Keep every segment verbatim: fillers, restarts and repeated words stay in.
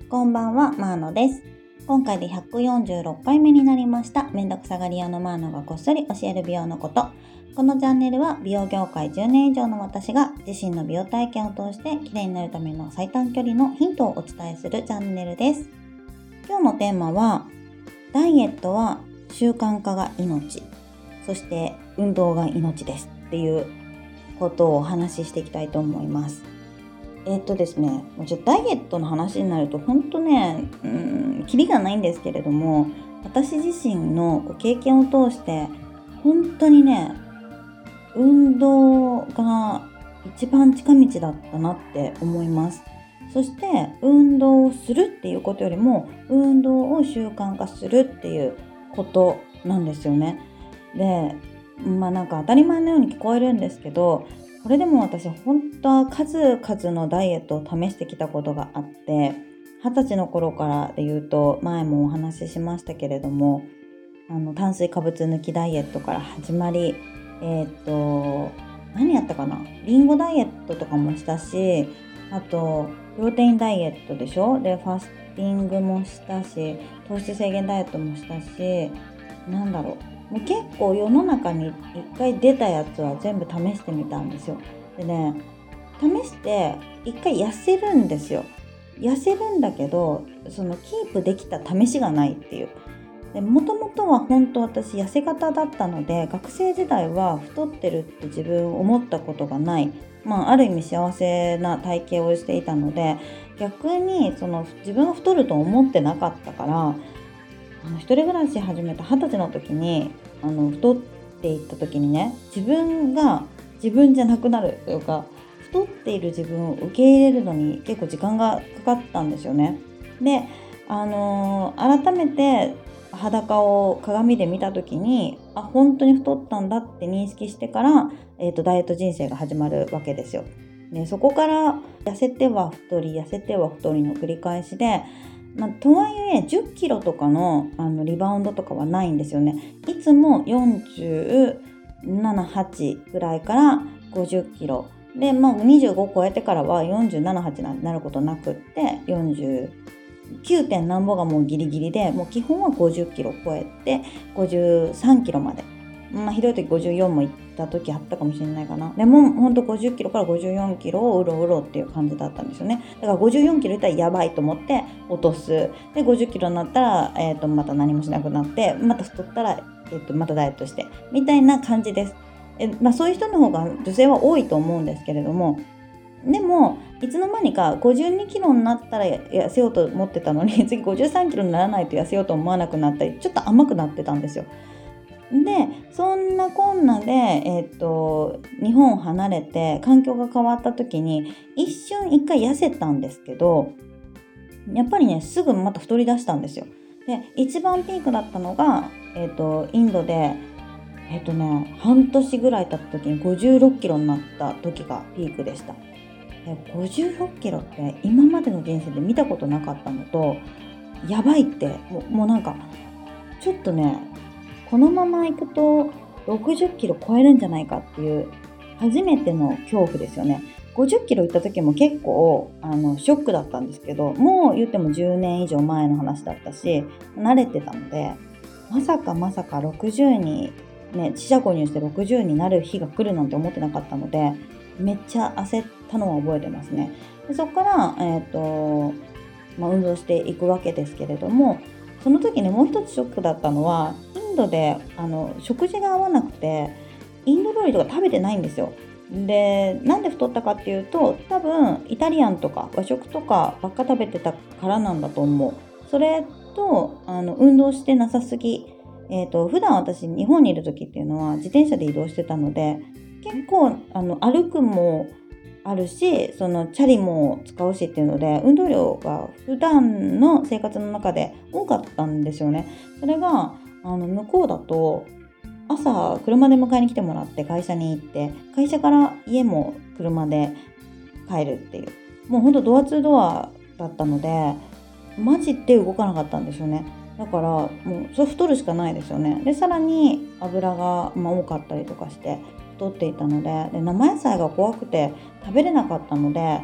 こんばんは、マーノです。今回でひゃくよんじゅうろっかいめになりました。めんどくさがり屋のマーノがこっそり教える美容のこと。このチャンネルは美容業界じゅうねん以上の私が自身の美容体験を通して綺麗になるための最短距離のヒントをお伝えするチャンネルです。今日のテーマは、ダイエットは習慣化が命、そして運動が命ですっていうことをお話ししていきたいと思います。えっとですね、じゃダイエットの話になると本当ね、うーん、キリがないんですけれども、私自身の経験を通して本当にね、運動が一番近道だったなって思います。そして運動をするっていうことよりも運動を習慣化するっていうことなんですよね。で、まあなんか当たり前のように聞こえるんですけど、これでも私本当は数々のダイエットを試してきたことがあって、二十歳の頃からで言うと前もお話ししましたけれども、あの炭水化物抜きダイエットから始まり、えー、っと何やったかな、リンゴダイエットとかもしたし、あとプロテインダイエットでしょ、でファスティングもしたし、糖質制限ダイエットもしたし、なんだろう、もう結構世の中に一回出たやつは全部試してみたんですよ。でね、試して一回痩せるんですよ。痩せるんだけど、そのキープできた試しがないっていう。で、もともとは本当私痩せ型だったので、学生時代は太ってるって自分思ったことがない。まあある意味幸せな体型をしていたので、逆にその自分が太ると思ってなかったから、あの一人暮らし始めた二十歳の時にあの太っていった時にね、自分が自分じゃなくなるというか、太っている自分を受け入れるのに結構時間がかかったんですよね。で、あのー改めて裸を鏡で見た時に、あ、本当に太ったんだって認識してから、えーと、ダイエット人生が始まるわけですよ。で、そこから痩せては太り、痩せては太りの繰り返しで、まあ、とはいえじゅっキロとかの、あのリバウンドとかはないんですよね。いつもよんじゅうなな、はちぐらいからごじゅっキロで、まあ、にじゅうご超えてからはよんじゅうなな、はちになることなくって、よんじゅうきゅうてん何ぼがもうギリギリで、もう基本はごじゅっキロ超えてごじゅうさんキロまで、まあひどい時ごじゅうよんも行った時あったかもしれないかな。でもほんとごじゅっキロからごじゅうよんキロをうろうろっていう感じだったんですよね。だからごじゅうよんキロいったらやばいと思って落とす。でごじゅっキロになったら、えー、とまた何もしなくなって、また太ったら、えー、とまたダイエットしてみたいな感じです。え、まあ、そういう人の方が女性は多いと思うんですけれども、でもいつの間にかごじゅうにキロになったら痩せようと思ってたのに、次ごじゅうさんキロにならないと痩せようと思わなくなったり、ちょっと甘くなってたんですよ。で、そんなこんなで、えっと日本を離れて環境が変わった時に一瞬一回痩せたんですけど、やっぱりね、すぐまた太り出したんですよ。で、一番ピークだったのが、えっとインドで、えっとね半年ぐらい経った時にごじゅうろっキロになった時がピークでした。ごじゅうろっキロって今までの人生で見たことなかったのと、やばいって、もう、もうなんかちょっとね、このまま行くとろくじゅっキロ超えるんじゃないかっていう初めての恐怖ですよね。ごじゅっキロ行った時も結構あのショックだったんですけど、もう言ってもじゅうねん以上前の話だったし慣れてたので、まさかまさかろくじゅうにね、四捨五入してろくじゅうになる日が来るなんて思ってなかったので、めっちゃ焦ったのは覚えてますね。でそこから、えーとまあ、運動していくわけですけれども、その時ね、もう一つショックだったのは、インドであの食事が合わなくてインド料理とか食べてないんですよ。で、なんで太ったかっていうと、多分イタリアンとか和食とかばっか食べてたからなんだと思う。それとあの運動してなさすぎ。えーと、普段私日本にいる時っていうのは自転車で移動してたので、結構あの歩くもあるし、そのチャリも使うしっていうので、運動量が普段の生活の中で多かったんですよね。それがあの向こうだと、朝車で迎えに来てもらって会社に行って、会社から家も車で帰るっていう、もうほんとドアツードアだったので、マジで動かなかったんですよね。だからもうそれ太るしかないですよね。でさらに油が、まあ、多かったりとかして太っていたので、で生野菜が怖くて食べれなかったので、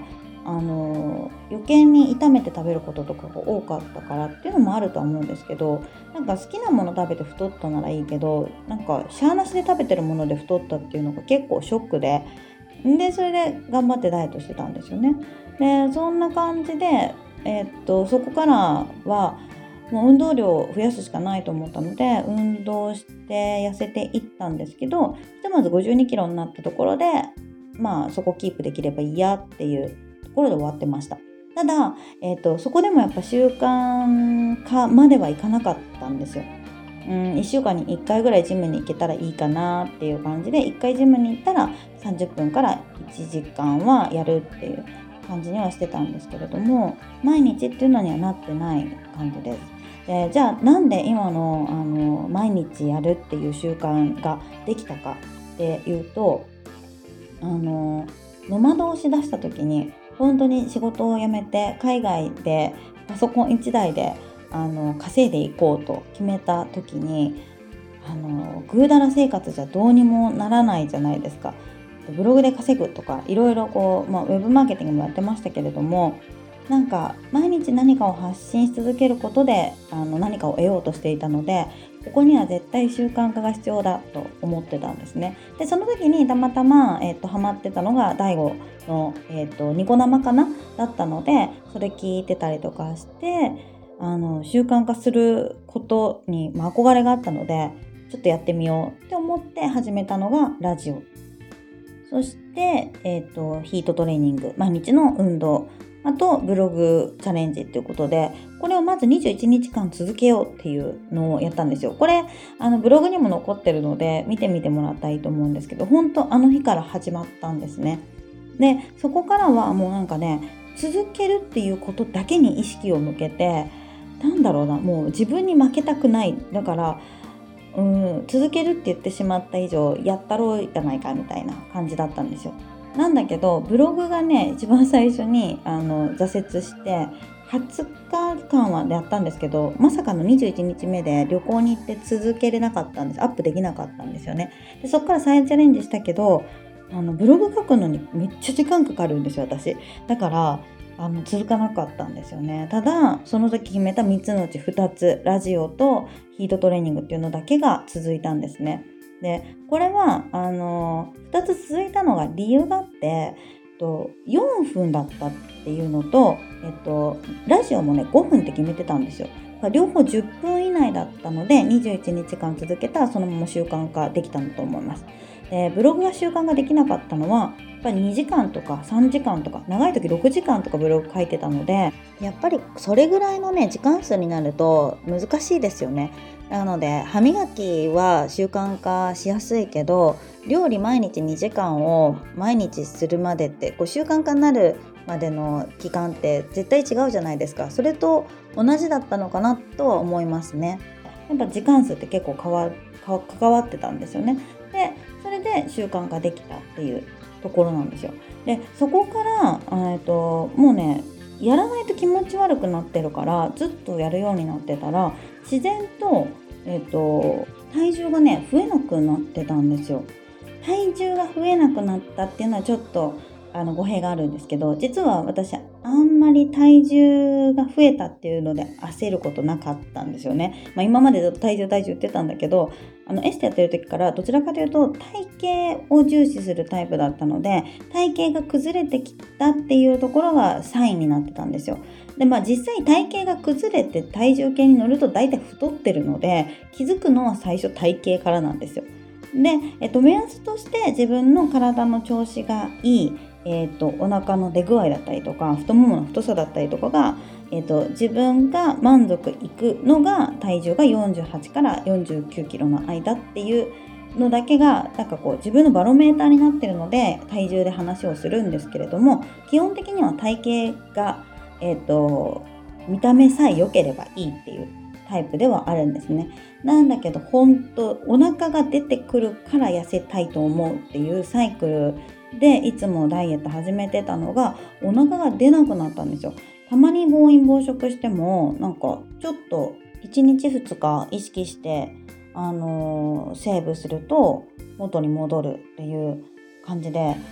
あの余計に炒めて食べることとかが多かったからっていうのもあるとは思うんですけど、なんか好きなもの食べて太ったならいいけど、なんかしゃーなしで食べてるもので太ったっていうのが結構ショックで、でそれで頑張ってダイエットしてたんですよね。でそんな感じで、えーっとそこからはもう運動量を増やすしかないと思ったので、運動して痩せていったんですけど、ひとまずごじゅうにキロになったところで、まあそこキープできればいいやっていうところで終わってました。ただ、えーと、そこでもやっぱ習慣化まではいかなかったんですよ。うん、いっしゅうかんにいっかいぐらいジムに行けたらいいかなっていう感じで、いっかいジムに行ったらさんじゅっぷんからいちじかんはやるっていう感じにはしてたんですけれども、毎日っていうのにはなってない感じです。でじゃあなんで今の、あの毎日やるっていう習慣ができたかっていうと、あのノマドをしだした時に本当に仕事を辞めて海外でパソコンいちだいであの稼いでいこうと決めた時に、あのぐうだら生活じゃどうにもならないじゃないですか。ブログで稼ぐとかいろいろこう、まあ、ウェブマーケティングもやってましたけれども、なんか毎日何かを発信し続けることであの何かを得ようとしていたので、ここには絶対習慣化が必要だと思ってたんですね。でその時にたまたま、えー、とハマってたのが大悟の、えー、とニコ生かなだったので、それ聞いてたりとかして、あの習慣化することに、まあ、憧れがあったので、ちょっとやってみようって思って始めたのがラジオ。そして、えー、とヒートトレーニング、毎日の運動、あとブログチャレンジっていうことで、これをまずにじゅういちにちかん続けようっていうのをやったんですよ。これあのブログにも残ってるので見てみてもらったらいいと思うんですけど、本当あの日から始まったんですね。でそこからはもうなんかね、続けるっていうことだけに意識を向けて、なんだろうな、もう自分に負けたくない。だからうん、続けるって言ってしまった以上やったろうじゃないかみたいな感じだったんですよ。なんだけどブログがね、一番最初にあの挫折して、はつかかんはやったんですけど、まさかのにじゅういちにちめで旅行に行って続けれなかったんです。アップできなかったんですよね。でそっから再チャレンジしたけど、あのブログ書くのにめっちゃ時間かかるんですよ、私。だからあの続かなかったんですよね。ただその時決めたみっつのうちふたつ、ラジオとヒートトレーニングっていうのだけが続いたんですね。でこれはあのふたつ続いたのが理由があって、えっと、よんぷんだったっていうのと、えっと、ラジオもねごふんって決めてたんですよ。両方じゅっぷん以内だったのでにじゅういちにちかん続けたらそのまま習慣化できたんだと思います。でブログが習慣ができなかったのは、やっぱりにじかんとかさんじかんとか、長い時ろくじかんとかブログ書いてたので、やっぱりそれぐらいのね時間数になると難しいですよね。なので歯磨きは習慣化しやすいけど、料理毎日にじかんを毎日するまでって、こう習慣化になるまでの期間って絶対違うじゃないですか。それと同じだったのかなとは思いますね。やっぱ時間数って結構変わ関わってたんですよね。でそれで習慣化できたっていうところなんですよ。でそこから、えーと、もうねやらないと気持ち悪くなってるから、ずっとやるようになってたら自然と、えーと、体重がね増えなくなってたんですよ。体重が増えなくなったっていうのはちょっとあの語弊があるんですけど、実は私あんまり体重が増えたっていうので焦ることなかったんですよね。まあ、今までずっと体重体重言ってたんだけど、あのエステやってる時からどちらかというと体型を重視するタイプだったので、体型が崩れてきたっていうところがサインになってたんですよ。でまあ実際体型が崩れて体重計に乗ると大体太ってるので、気づくのは最初体型からなんですよ。で、えっと、目安として自分の体の調子がいい、えっと、お腹の出具合だったりとか太ももの太さだったりとかが、えっと、自分が満足いくのが体重がよんじゅうはちからよんじゅうきゅうキロの間っていうのだけがなんかこう自分のバロメーターになっているので、体重で話をするんですけれども、基本的には体型が、えっと、見た目さえ良ければいいっていうタイプではあるんですね。なんだけど本当お腹が出てくるから痩せたいと思うっていうサイクルでいつもダイエット始めてたのが、お腹が出なくなったんですよ。たまに暴飲暴食してもなんかちょっといちにちふつか意識してあのーセーブすると元に戻るっていう感じで、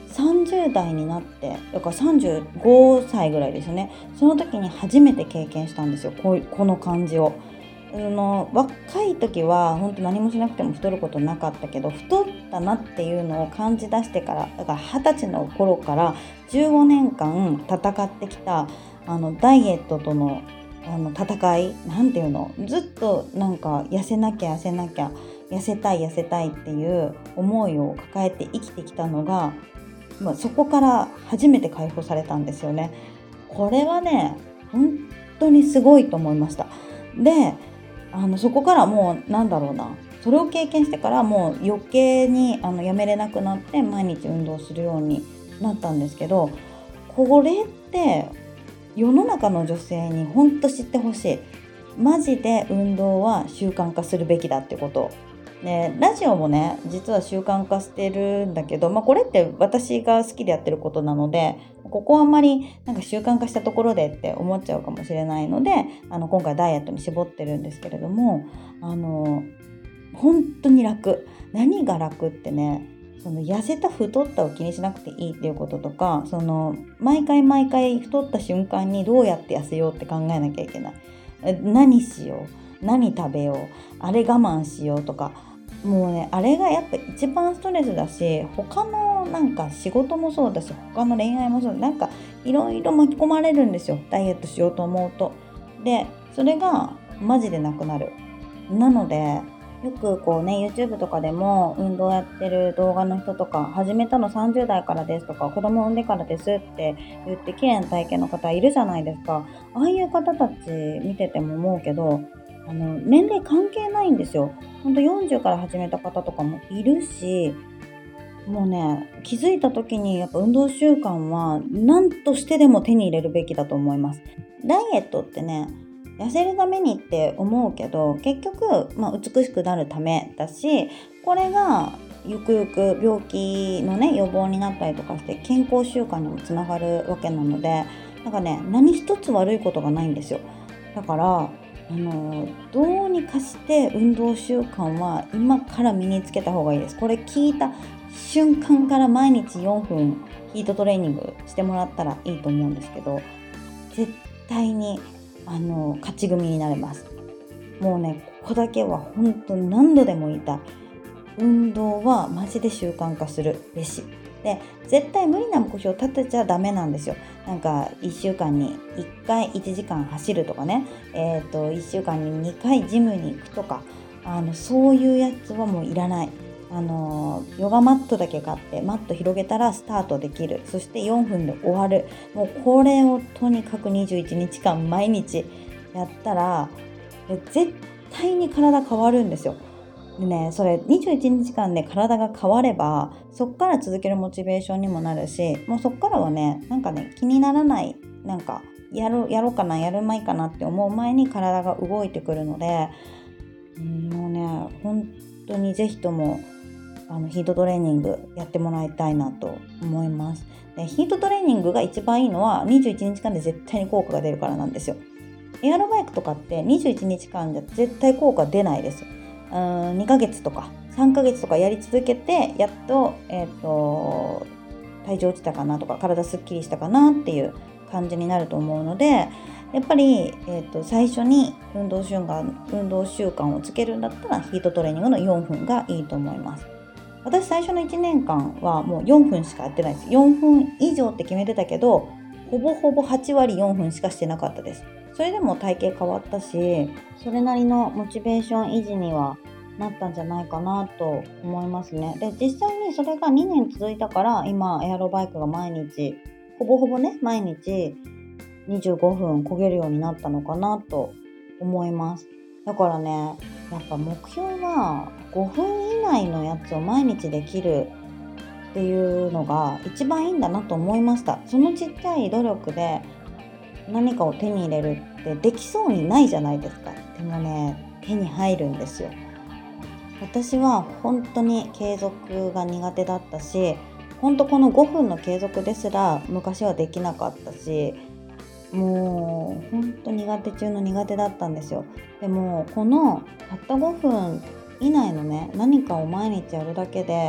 さんじゅう代になって、だからさんじゅうごさいぐらいですよね。その時に初めて経験したんですよ、こうこの感じを。あの若い時は本当何もしなくても太ることなかったけど、太ったなっていうのを感じ出してから、だからはたちの頃からじゅうごねんかん戦ってきたあのダイエットとのあの戦い、なんていうの、ずっとなんか痩せなきゃ痩せなきゃ痩せたい痩せたいっていう思いを抱えて生きてきたのが、まあ、そこから初めて解放されたんですよね。これはね、本当にすごいと思いました。で、あのそこからもうなんだろうな、それを経験してからもう余計にあのやめれなくなって毎日運動するようになったんですけど、これって世の中の女性にほんと知ってほしい。マジで運動は習慣化するべきだってこと。ね、ラジオもね、実は習慣化してるんだけど、まあ、これって私が好きでやってることなので、ここはあんまりなんか習慣化したところでって思っちゃうかもしれないので、あの今回ダイエットに絞ってるんですけれども、あの本当に楽。何が楽ってね、その痩せた太ったを気にしなくていいっていうこととか、その毎回毎回太った瞬間にどうやって痩せようって考えなきゃいけない。え何しよう、何食べよう、あれ我慢しようとか、もうね、あれがやっぱ一番ストレスだし、他のなんか仕事もそうだし、他の恋愛もそうだ、なんかいろいろ巻き込まれるんですよ、ダイエットしようと思うと。で、それがマジでなくなる。なので、よくこうね、YouTube とかでも運動やってる動画の人とか、始めたのさんじゅう代からですとか、子供産んでからですって言って綺麗な体型の方いるじゃないですか。ああいう方たち見てても思うけど、あの年齢関係ないんですよ。ほんとよんじゅうから始めた方とかもいるし、もうね、気づいた時にやっぱ運動習慣は何としてでも手に入れるべきだと思います。ダイエットってね、痩せるためにって思うけど、結局、まあ、美しくなるためだし、これがゆくゆく病気のね、予防になったりとかして健康習慣にもつながるわけなので、なんかね、何一つ悪いことがないんですよ。だからあのどうにかして運動習慣は今から身につけた方がいいです。これ聞いた瞬間から毎日よんぷんヒートトレーニングしてもらったらいいと思うんですけど、絶対にあの勝ち組になれます。もうね、ここだけは本当に何度でも言いたい。運動はマジで習慣化するべし。で、絶対無理な目標立てちゃダメなんですよ。なんかいっしゅうかんにいっかいいちじかん走るとかね、えーといっしゅうかんににかいジムに行くとか、あのそういうやつはもういらない。あのヨガマットだけ買ってマット広げたらスタートできる。そしてよんぷんで終わる。もうこれをとにかくにじゅういちにちかん毎日やったら絶対に体変わるんですよ。でね、それにじゅういちにちかんで体が変われば、そっから続けるモチベーションにもなるし、もうそっからはね、なんかね、気にならない、なんか、やろう、やろうかな、やるまいかなって思う前に体が動いてくるので、うん、もうね、本当にぜひとも、あの、ヒートトレーニングやってもらいたいなと思います。で、ヒートトレーニングが一番いいのは、にじゅういちにちかんで絶対に効果が出るからなんですよ。エアロバイクとかってにじゅういちにちかんじゃ絶対効果出ないです。うーんにかげつとかさんかげつとかやり続けて、やっと、えーと、体重落ちたかなとか体すっきりしたかなっていう感じになると思うので、やっぱり、えーと、最初に運動習慣、運動習慣をつけるんだったらヒートトレーニングのよんぷんがいいと思います。私最初のいちねんかんはもうよんぷんしかやってないです。よんぷん以上って決めてたけど、ほぼほぼはちわりよんぷんしかしてなかったです。それでも体型変わったし、それなりのモチベーション維持にはなったんじゃないかなと思いますね。で、実際にそれがにねん続いたから、今エアロバイクが毎日、ほぼほぼね、毎日にじゅうごふん漕げるようになったのかなと思います。だからね、やっぱ目標はごふん以内のやつを毎日できるっていうのが一番いいんだなと思いました。そのちっちゃい努力で何かを手に入れるってできそうにないじゃないですか。でもね、手に入るんですよ。私は本当に継続が苦手だったし、本当このごふんの継続ですら昔はできなかったし、もう本当苦手中の苦手だったんですよ。でもこのたったごふん以内のね、何かを毎日やるだけで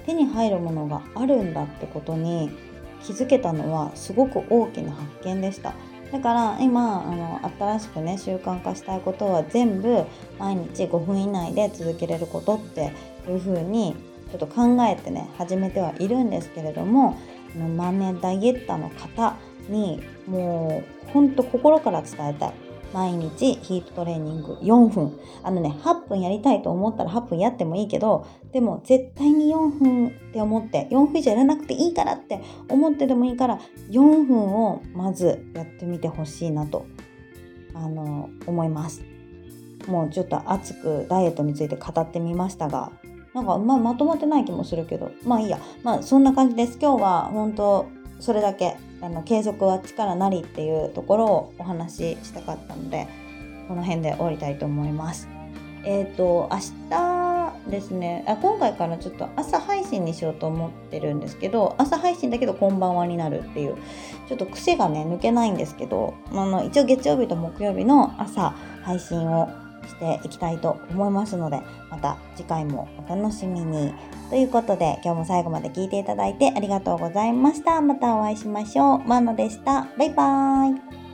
手に入るものがあるんだってことに気づけたのはすごく大きな発見でした。だから今あの新しくね習慣化したいことは全部毎日ごふん以内で続けれることっていう風にちょっと考えてね始めてはいるんですけれども、あの万年ダイエッターの方にもうほんと心から伝えたい。毎日ヒートトレーニングよんぷん、あのねはっぷんやりたいと思ったらはっぷんやってもいいけど、でも絶対によんぷんって思って、よんぷん以上やらなくていいからって思ってでもいいからよんぷんをまずやってみてほしいなとあの思います。もうちょっと熱くダイエットについて語ってみましたが、なんか、まあ、まとまってない気もするけど、まあいいや。まあそんな感じです。今日は本当それだけあの継続は力なりっていうところをお話ししたかったので、この辺で終わりたいと思います。えっと明日ですねあ、今回からちょっと朝配信にしようと思ってるんですけど、朝配信だけどこんばんはになるっていうちょっと癖がね抜けないんですけど、あの一応月曜日と木曜日の朝配信をしていきたいと思いますので、また次回もお楽しみに。ということで今日も最後まで聞いていただいてありがとうございました。またお会いしましょう。マノでした。バイバーイ。